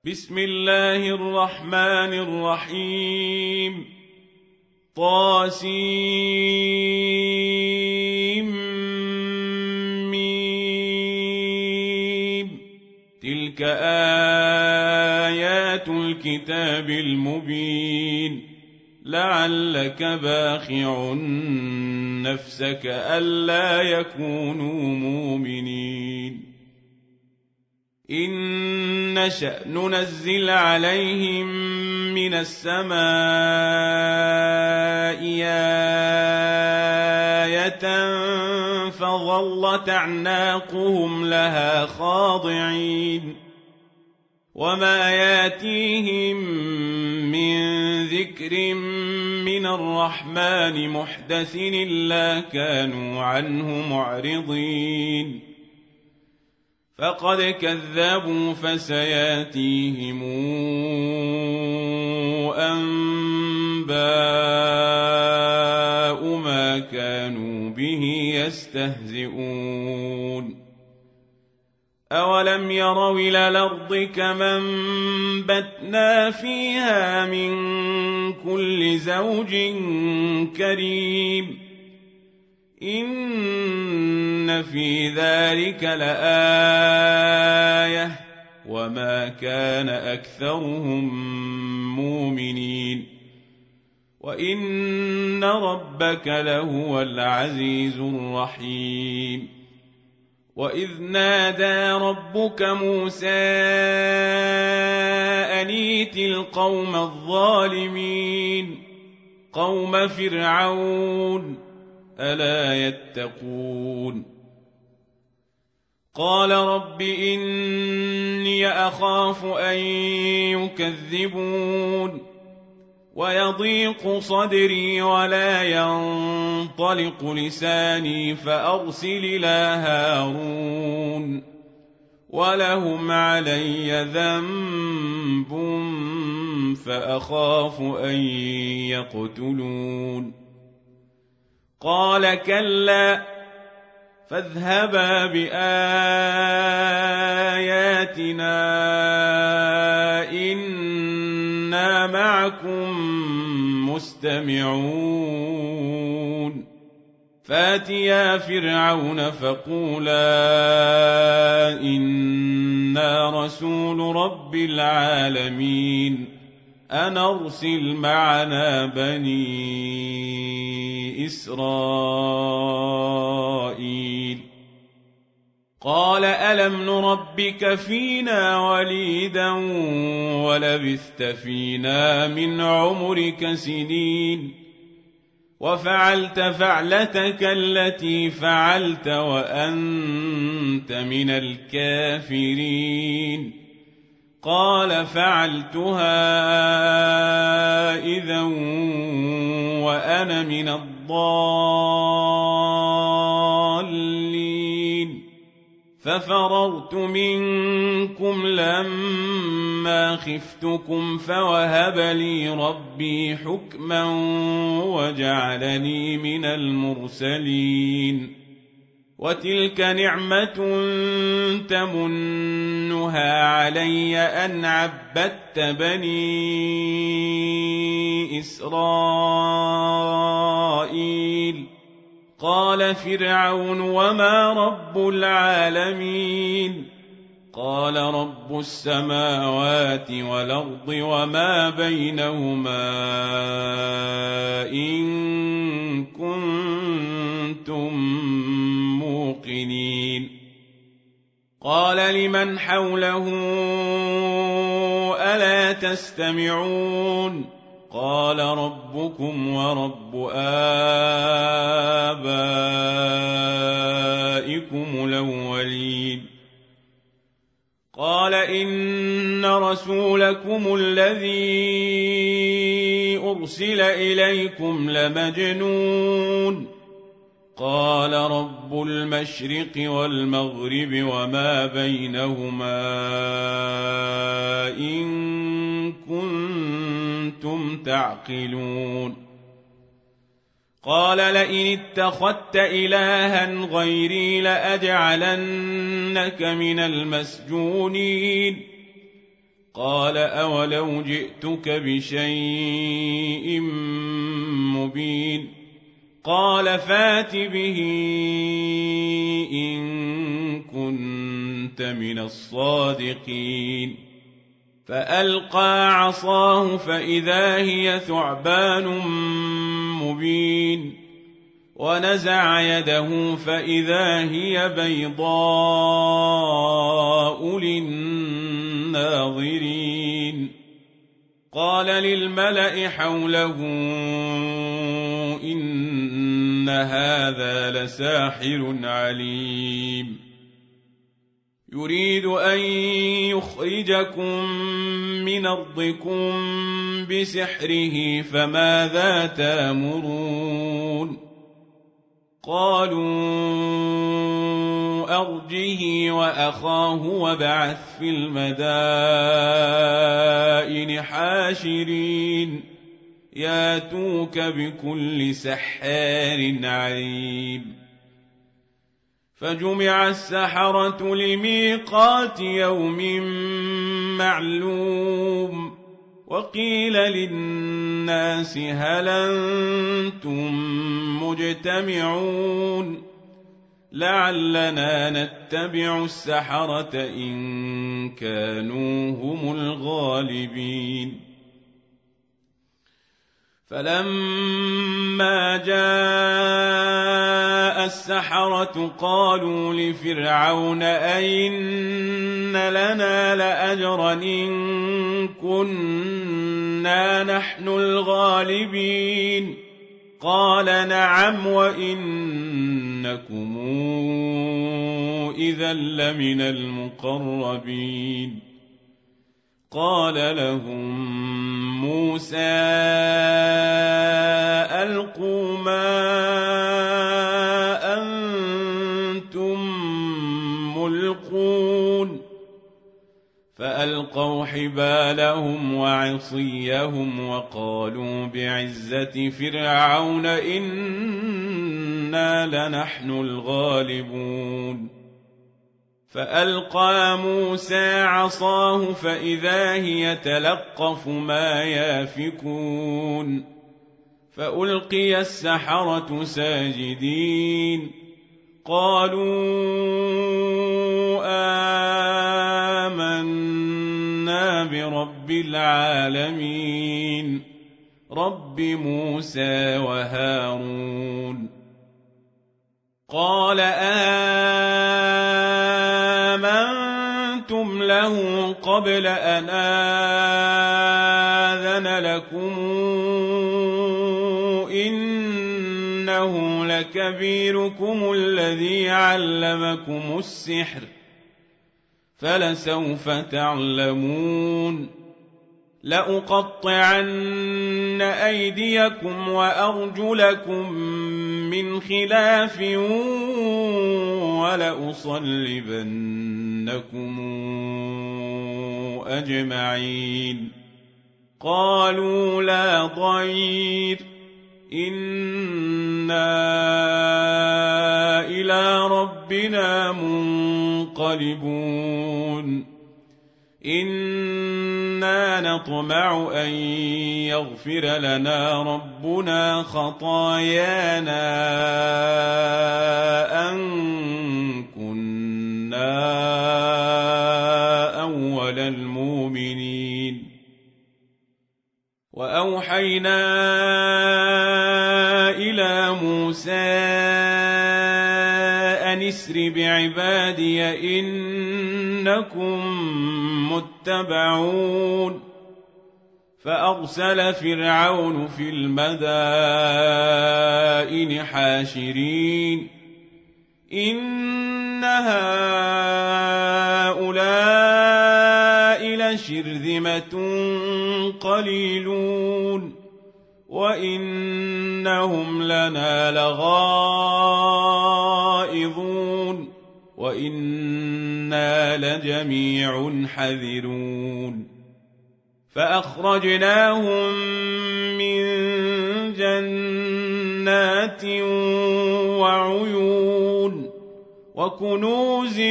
بسم الله الرحمن الرحيم طاسيم تلك آيات الكتاب المبين لعلك باخع نفسك ألا يكونوا مؤمنين إن نشأ ننزل عليهم من السماء آية فظلت أعناقهم لها خاضعين وما ياتيهم من ذكر من الرحمن محدث إلا كانوا عنه معرضين فقد كذبوا فسياتيهم أنباء ما كانوا به يستهزئون أولم يروا إلى الأرض كما أنبتنا فيها من كل زوج كريم إن في ذلك لآية وما كان أكثرهم مؤمنين وإن ربك لهو العزيز الرحيم وإذ نادى ربك موسى أن ائت القوم الظالمين قوم فرعون ألا يتقون قال رب إني أخاف أن يكذبون ويضيق صدري ولا ينطلق لساني فأرسل إلى هارون ولهم علي ذنب فأخاف أن يقتلون قال كلا فاذهبا بآياتنا إنا معكم مستمعون فاتيا فرعون فقولا إنا رسول رب العالمين أن أرسل معنا بني إسرائيل قال ألم نربك فينا وليدا ولبثت فينا من عمرك سنين وفعلت فعلتك التي فعلت وأنت من الكافرين قال فعلتها إذا وأنا من الضالين ففررت منكم لما خفتكم فوهب لي ربي حكما وجعلني من المرسلين وتلك نعمة تمنها علي أن عبدت بني إسرائيل قال فرعون وما رب العالمين قال رب السماوات والأرض وما بينهما إن كنتم موقنين قال لمن حوله ألا تستمعون قال ربكم ورب آبائكم الأولين قال إن رسولكم الذي أرسل إليكم لمجنون قال رب المشرق والمغرب وما بينهما إن كنتم تعقلون قال لئن اتخذت إلها غيري لأجعلنك من المسجونين قال أولو جئتك بشيء مبين قال فات به إن كنت من الصادقين فألقى عصاه فإذا هي ثعبان مبين ونزع يده فإذا هي بيضاء للناظرين قال للملأ حوله إن هذا لساحر عليم يريد أن يخرجكم من أرضكم بسحره فماذا تأمرون قالوا أرجه وأخاه وابعث في المدائن حاشرين ياتوك بكل سحار عليم فجمع السحرة لميقات يوم معلوم وقيل للناس هل أنتم مجتمعون لعلنا نتبع السحرة إن كانوا هم الغالبين فلما جاء السحرة قالوا لفرعون أئن لنا لأجرا إن كنا نحن الغالبين قال نعم وإنكم إذا لمن المقربين قال لهم موسى ألقوا ما أنتم ملقون فألقوا حبالهم وعصيهم وقالوا بعزة فرعون إنا لنحن الغالبون فألقى موسى عصاه فإذا هي تلقف ما يافكون فألقي السحرة ساجدين قالوا آمنا برب العالمين رب موسى وهارون قال آمنتم له قبل أن آذن لكم إنه لكبيركم الذي علمكم السحر فلسوف تعلمون لأقطعن أيديكم وأرجلكم من خلاف ولأصلبنكم أجمعين قالوا لا ضير إنا إلى ربنا منقلبون إنا نطمع أن يغفر لنا ربنا خطايانا أن كنا أول المؤمنين وأوحينا إلى موسى أن اسر بعبادي إنكم متبعون فأرسل فرعون في المدائن حاشرين إن هؤلاء لشرذمة قليلون وإنهم لنا لغائظون وإنا لجميع حذرون فأخرجناهم من جنات وعيون وكنوز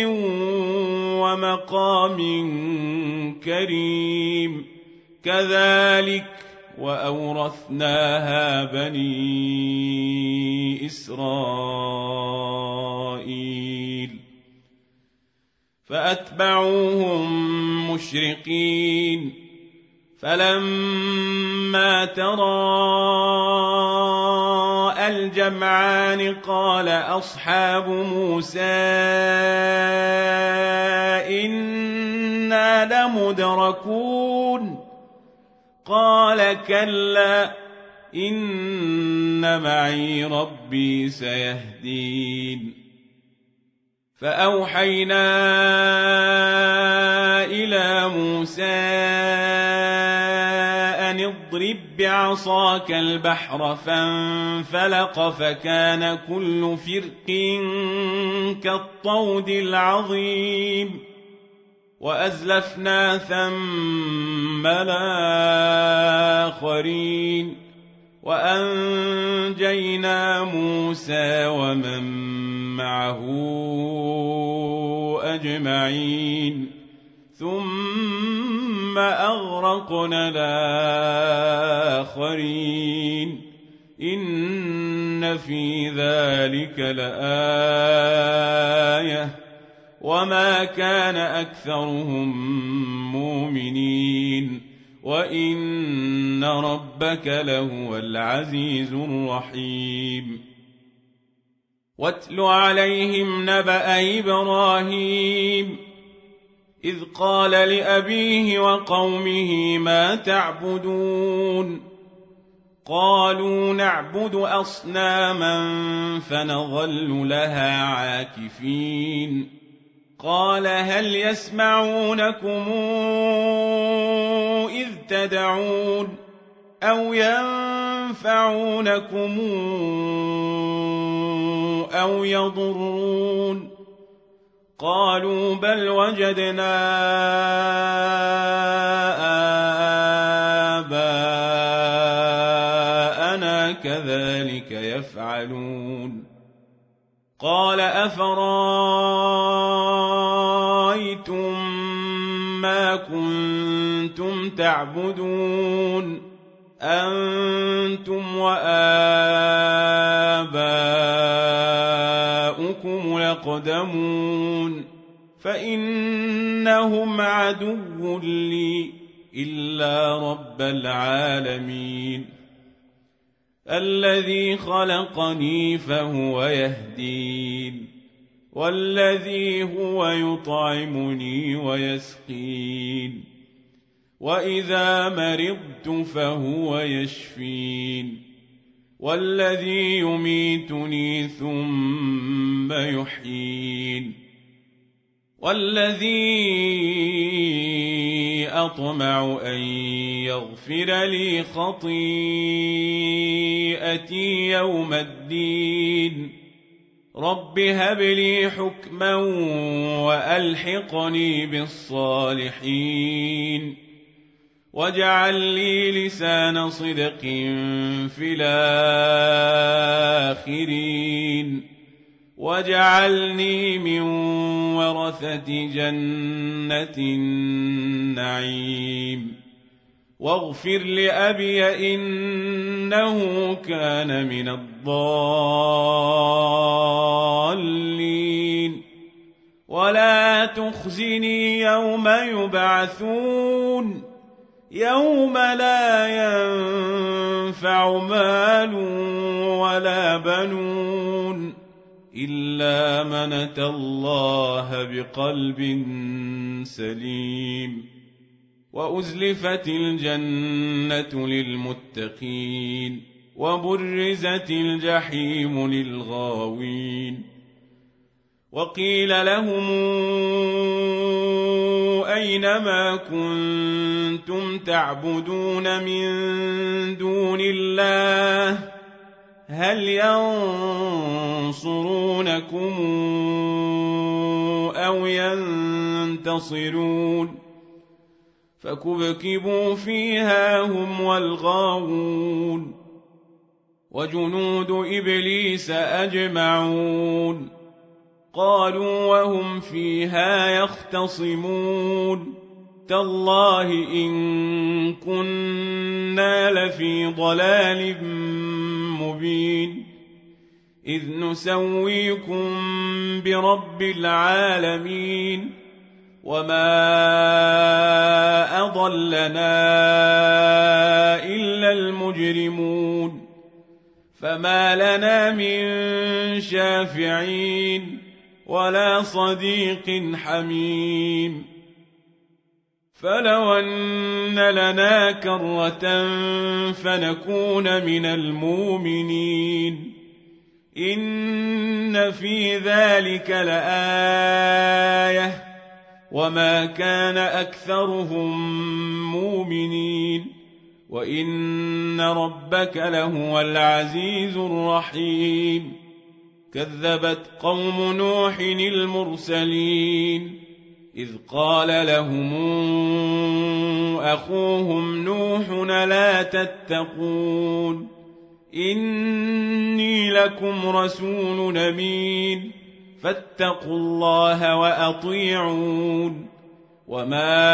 ومقام كريم كذلك وأورثناها بني إسرائيل فأتبعوهم مشرقين فلما تراءى الجمعان قال أصحاب موسى إنا لمدركون قال كلا إن معي ربي سيهدين فأوحينا إلى موسى أن اضرب بعصاك البحر فانفلق فكان كل فرق كالطود العظيم وأزلفنا ثم الآخرين وأنجينا موسى ومن معه أجمعين ثم أغرقنا الآخرين إن في ذلك لآية وما كان أكثرهم مؤمنين وإن ربك لهو العزيز الرحيم واتل عليهم نبأ إبراهيم إذ قال لأبيه وقومه ما تعبدون قالوا نعبد أصناما فنظل لها عاكفين قال هل يسمعونكم إذ تدعون أو ينفعونكم أو يضرون قالوا بل وجدنا آباءنا كذلك يفعلون قال أفرأيتم ما كنتم تعبدون أنتم وآباؤكم الأقدمون فإنهم عدو لي إلا رب العالمين الذي خلقني فهو يهدين والذي هو يطعمني ويسقين وإذا مرضت فهو يشفين والذي يميتني ثم يحيين والذي أطمع أن يغفر لي خطيئتي يوم الدين رب هب لي حكما وألحقني بالصالحين واجعل لي لسان صدق في الآخرين واجعلني من ورثة جنة النعيم واغفر لأبي إنه كان من الضالين ولا تخزني يوم يبعثون يوم لا ينفع مال ولا بنون إلا من أتى الله بقلب سليم وأزلفت الجنة للمتقين وبرزت الجحيم للغاوين وقيل لهم أين ما كنتم تعبدون من دون الله هل ينصرونكم أو ينتصرون فكبكبوا فيها هم والغاوون وجنود إبليس أجمعون قالوا وهم فيها يختصمون تالله إن كنا لفي ضلال مبين إذ نسويكم برب العالمين وما أضلنا إلا المجرمون فما لنا من شافعين ولا صديق حميم فلو أن لنا كرة فنكون من المؤمنين إن في ذلك لآية وما كان أكثرهم مؤمنين وإن ربك لهو العزيز الرحيم كذبت قوم نوح المرسلين إذ قال لهم أخوهم نوح لا تتقون إني لكم رسول أمين فاتقوا الله وأطيعون وما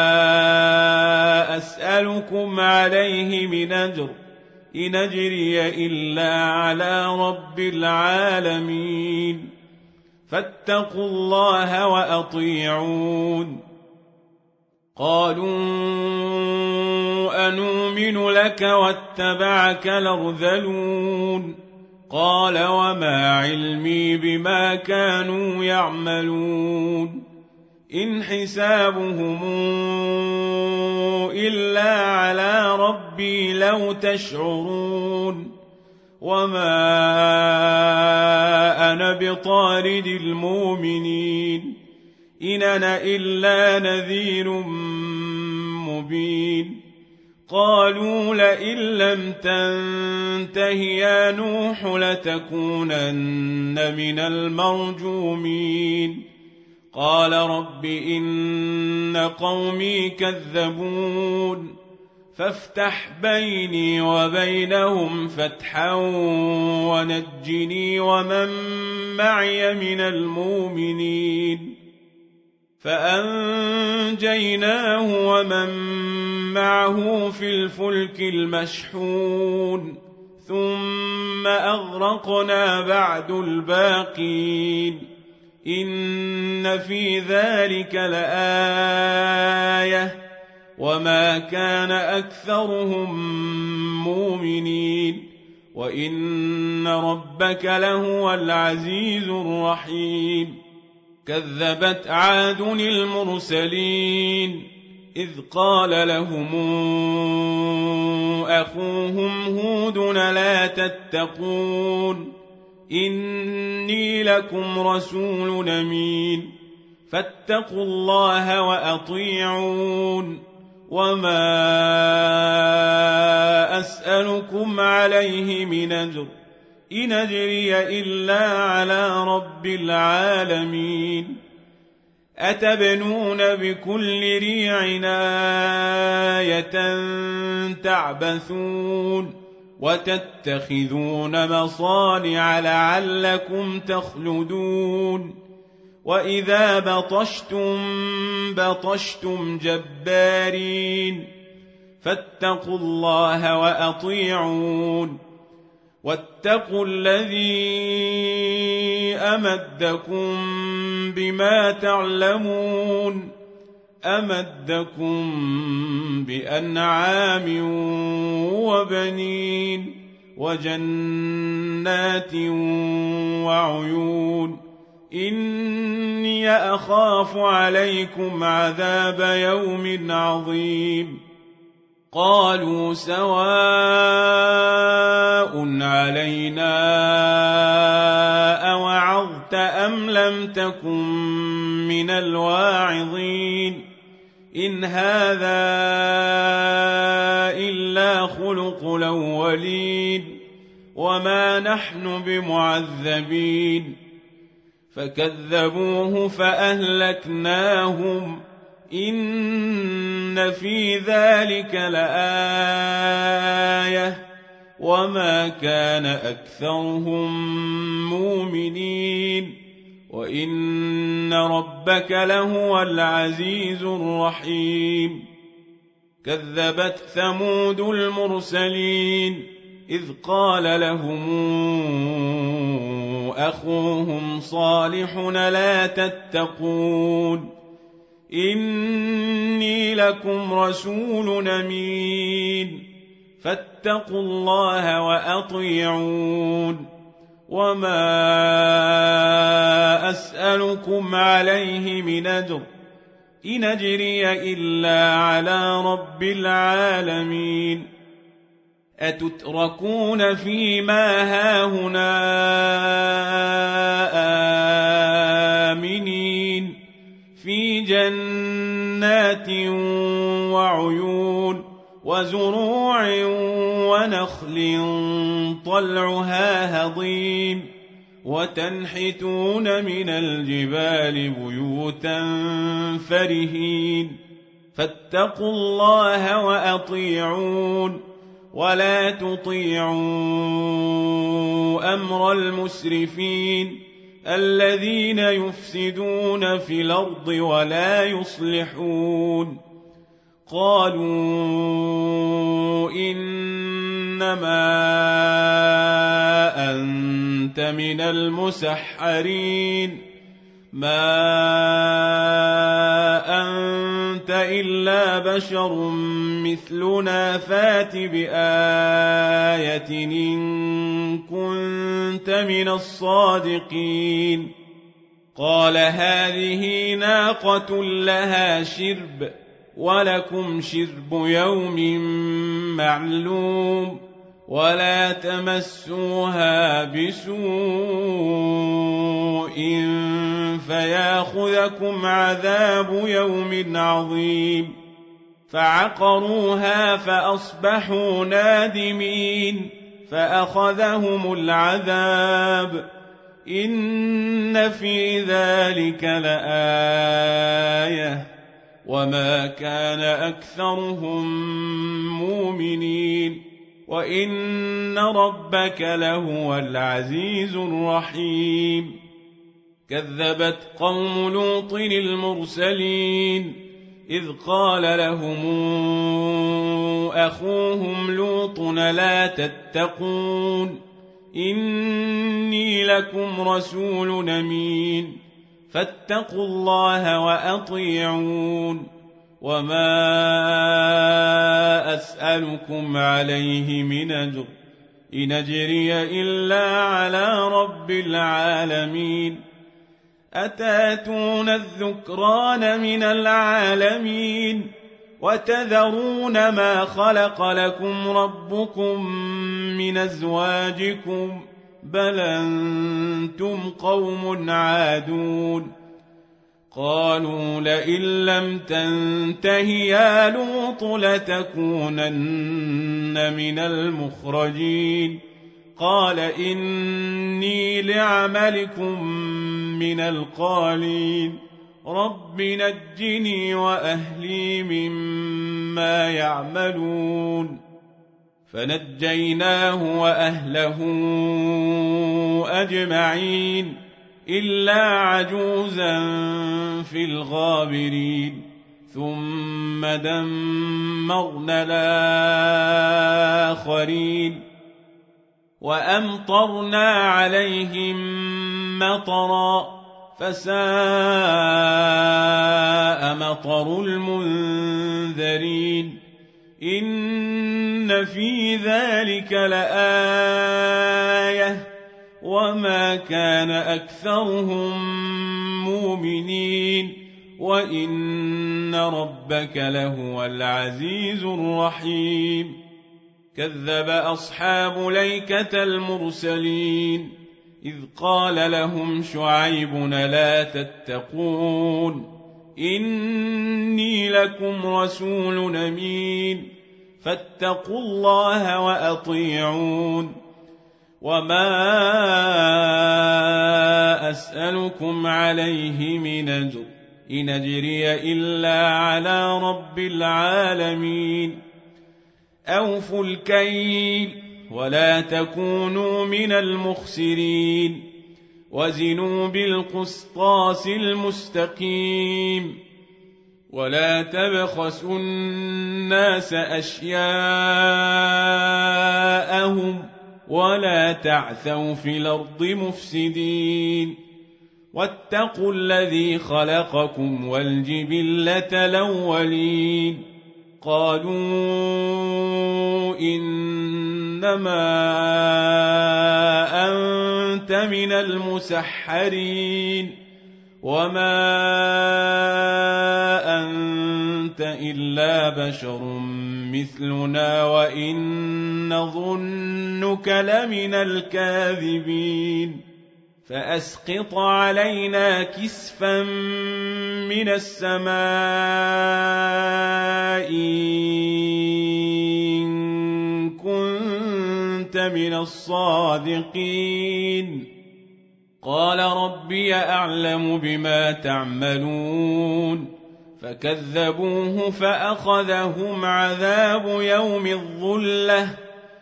أسألكم عليه من أجر إن أجري إلا على رب العالمين فاتقوا الله وأطيعون قالوا أنؤمن لك واتبعك الأرذلون قال وما علمي بما كانوا يعملون إن حسابهم إلا على ربي لو تشعرون وما أنا بطارد المؤمنين إن أنا إلا نذير مبين قالوا لئن لم تنته يا نوح لتكونن من المرجومين قال رب إن قومي كذبون فافتح بيني وبينهم فتحا ونجني ومن معي من المؤمنين فأنجيناه ومن معه في الفلك المشحون ثم أغرقنا بعد الباقين إن في ذلك لآية وما كان أكثرهم مؤمنين وإن ربك لهو العزيز الرحيم كذبت عاد المرسلين إذ قال لهم أخوهم هود لا تتقون إني لكم رسول أمين فاتقوا الله وأطيعون وما أسألكم عليه من أجر إن أجري إلا على رب العالمين أتبنون بكل ريع آية تعبثون وتتخذون مصانع لعلكم تخلدون وإذا بطشتم جبارين فاتقوا الله وأطيعون واتقوا الذي أمدكم بما تعلمون أمدكم بأنعام وبنين وجنات وعيون إني أخاف عليكم عذاب يوم عظيم قالوا سواء علينا أوعظت أم لم تكن من الواعظين إن هذا إلا خلق الأولين وما نحن بمعذبين فكذبوه فأهلكناهم إن في ذلك لآية وما كان أكثرهم مؤمنين وإن ربك لهو العزيز الرحيم كذبت ثمود المرسلين إذ قال لهم أخوهم صالح لا تتقون إني لكم رسول أمين فاتقوا الله وأطيعون وما أسألكم عليه من أجر إن أجري إلا على رب العالمين أتتركون فيما هاهنا آمنين في جنات وعيون وزروع ونخل طلعها هضيم وتنحتون من الجبال بيوتا فرهين فاتقوا الله وأطيعون ولا تطيعوا أمر المسرفين الذين يفسدون في الأرض ولا يصلحون قالوا إنما أنت من المسحرين ما أنت إلا بشر مثلنا فات بآية إن كنت من الصادقين قال هذه ناقة لها شرب ولكم شرب يوم معلوم ولا تمسوها بسوء فياخذكم عذاب يوم عظيم فعقروها فأصبحوا نادمين فأخذهم العذاب إن في ذلك لآية وما كان أكثرهم مؤمنين وإن ربك لهو العزيز الرحيم كذبت قوم لوط المرسلين إذ قال لهم أخوهم لوط لا تتقون إني لكم رسول أمين فاتقوا الله وأطيعون وما أسألكم عليه من أجر إن أجري إلا على رب العالمين أتاتون الذكران من العالمين وتذرون ما خلق لكم ربكم من أزواجكم بل أنتم قوم عادون قالوا لئن لم تنته يا لوط لتكونن من المخرجين قال إني لعملكم من القالين رب نجني وأهلي مما يعملون فنجيناه وأهله أجمعين إلا عجوزا في الغابرين ثم دمرنا الآخرين وأمطرنا عليهم مطرا فساء مطر المنذرين إن في ذلك لآية وما كان أكثرهم مؤمنين وإن ربك لهو العزيز الرحيم كذب أصحاب ليكة المرسلين إذ قال لهم شعيب لا تتقون إني لكم رسول أمين فاتقوا الله وأطيعون وما أسألكم عليه من أجر إن أجري إلا على رب العالمين أوفوا الكيل ولا تكونوا من المخسرين وزنوا بالقسطاس المستقيم ولا تبخسوا الناس أشياءهم ولا تعثوا في الأرض مفسدين واتقوا الذي خلقكم والجبلة الأولين قالوا إنما أنت من المسحرين وما أنت إلا بشر مثلنا وإن نظنك لمن الكاذبين فأسقط علينا كسفا من السماء إن كنت من الصادقين قال ربي أعلم بما تعملون فكذبوه فأخذهم عذاب يوم الظلة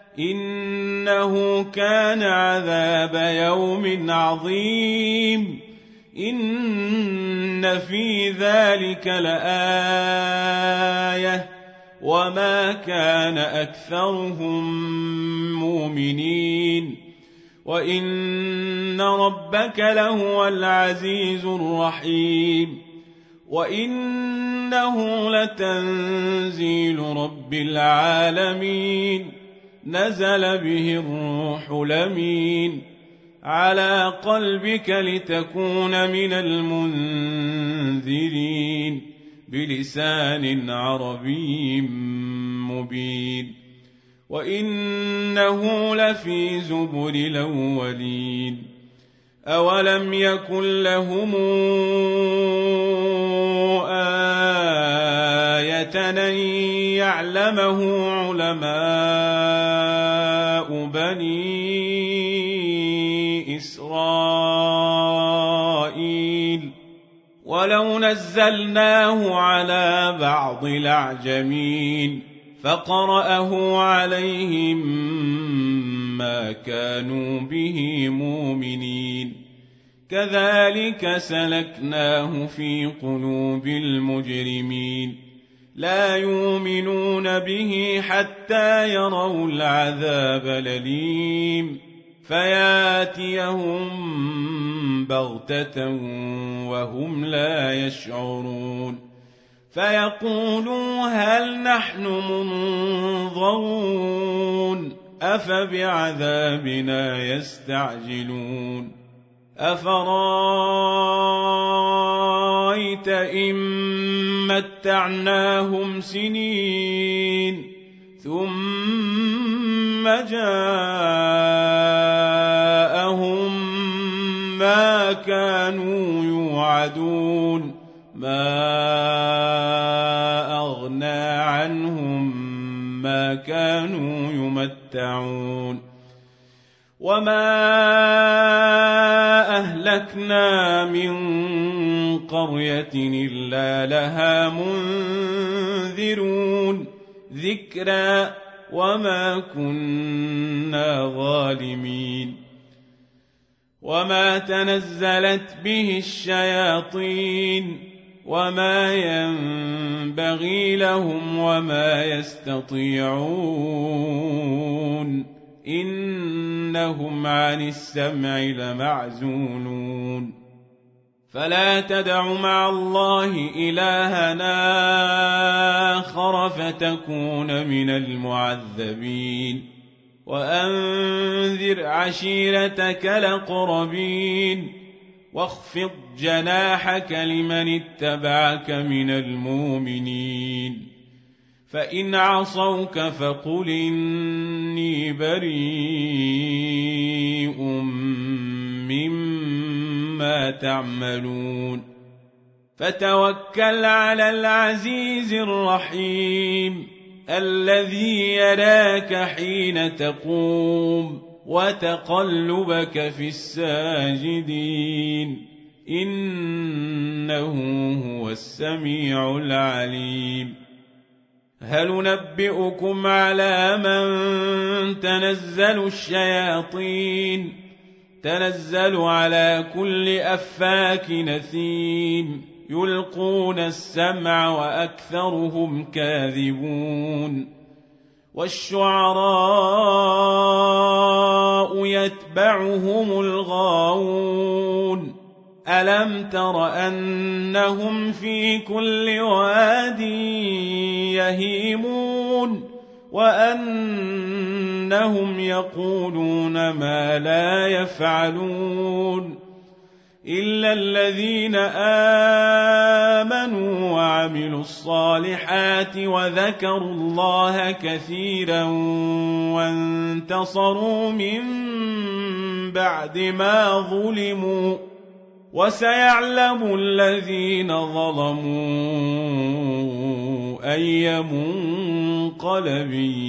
إنه كان عذاب يوم عظيم إن في ذلك لآية وما كان أكثرهم مؤمنين وإن ربك لهو العزيز الرحيم وإنه لتنزيل رب العالمين نزل به الروح الأمين على قلبك لتكون من المنذرين بلسان عربي مبين وإنه لفي زبر الأولين أولم يكن لهم آية أن يعلمه علماء بني إسرائيل ولو نزلناه على بعض الأعجمين فقرأه عليهم ما كانوا به مؤمنين كذلك سلكناه في قلوب المجرمين لا يؤمنون به حتى يروا العذاب الأليم فياتيهم بغتة وهم لا يشعرون فيقولوا هل نحن منظرون أفبعذابنا يستعجلون أفرأيت إن متعناهم سنين ثم جاءهم ما كانوا يوعدون ما أغنى عنهم ما كانوا يمتعون وما أهلكنا من قرية إلا لها منذرون ذكرى وما كنا ظالمين وما تنزلت به الشياطين وما ينبغي لهم وما يستطيعون إنهم عن السمع لمعزولون فلا تدع مع الله إلهنا آخر فتكون من المعذبين وأنذر عشيرتك الأقربين واخفض جناحك لمن اتبعك من المؤمنين فإن عصوك فقل إني بريء مما تعملون فتوكل على العزيز الرحيم الذي يراك حين تقوم وتقلبك في الساجدين إنه هو السميع العليم هل ننبئكم على من تنزل الشياطين تنزل على كل أفاك نثيم يلقون السمع وأكثرهم كاذبون والشعراء يتبعهم الغاوون ألم تر أنهم في كل واد يهيمون وأنهم يقولون ما لا يفعلون إلا الذين آمنوا وعملوا الصالحات وذكروا الله كثيرا وانتصروا من بعد ما ظلموا وسيعلم الذين ظلموا أي منقلب